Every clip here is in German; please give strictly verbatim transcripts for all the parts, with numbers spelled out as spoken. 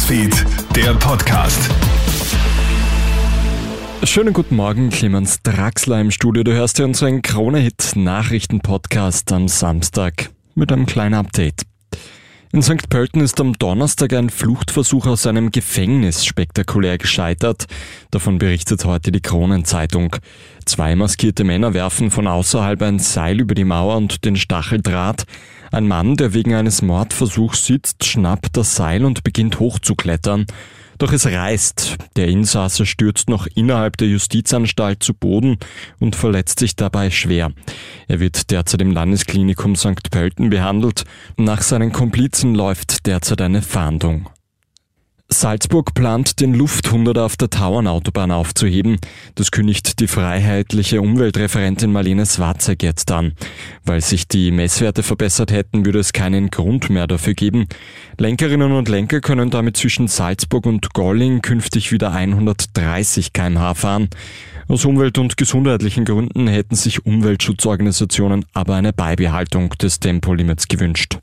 Newsfeed, der Podcast. Schönen guten Morgen, Clemens Draxler im Studio. Du hörst ja unseren Krone-Hit-Nachrichten-Podcast am Samstag mit einem kleinen Update. In Sankt Pölten ist am Donnerstag ein Fluchtversuch aus einem Gefängnis spektakulär gescheitert. Davon berichtet heute die Kronenzeitung. Zwei maskierte Männer werfen von außerhalb ein Seil über die Mauer und den Stacheldraht. Ein Mann, der wegen eines Mordversuchs sitzt, schnappt das Seil und beginnt hochzuklettern. Doch es reißt. Der Insasse stürzt noch innerhalb der Justizanstalt zu Boden und verletzt sich dabei schwer. Er wird derzeit im Landesklinikum Sankt Pölten behandelt. Nach seinen Komplizen läuft derzeit eine Fahndung. Salzburg plant, den Lufthunderter auf der Tauernautobahn aufzuheben. Das kündigt die freiheitliche Umweltreferentin Marlene Swarzek jetzt an. Weil sich die Messwerte verbessert hätten, würde es keinen Grund mehr dafür geben. Lenkerinnen und Lenker können damit zwischen Salzburg und Golling künftig wieder hundertdreißig Kilometer pro Stunde fahren. Aus umwelt- und gesundheitlichen Gründen hätten sich Umweltschutzorganisationen aber eine Beibehaltung des Tempolimits gewünscht.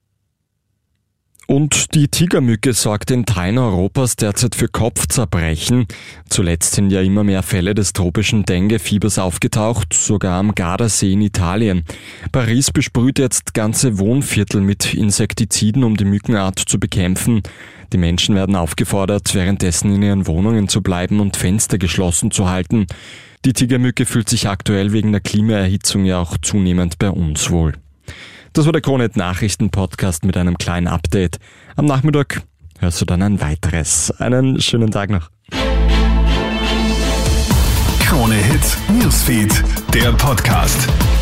Und die Tigermücke sorgt in Teilen Europas derzeit für Kopfzerbrechen. Zuletzt sind ja immer mehr Fälle des tropischen Dengue-Fiebers aufgetaucht, sogar am Gardasee in Italien. Paris besprüht jetzt ganze Wohnviertel mit Insektiziden, um die Mückenart zu bekämpfen. Die Menschen werden aufgefordert, währenddessen in ihren Wohnungen zu bleiben und Fenster geschlossen zu halten. Die Tigermücke fühlt sich aktuell wegen der Klimaerhitzung ja auch zunehmend bei uns wohl. Das war der Krone-Hit-Nachrichten-Podcast mit einem kleinen Update. Am Nachmittag hörst du dann ein weiteres. Einen schönen Tag noch. Krone-Hit Newsfeed, der Podcast.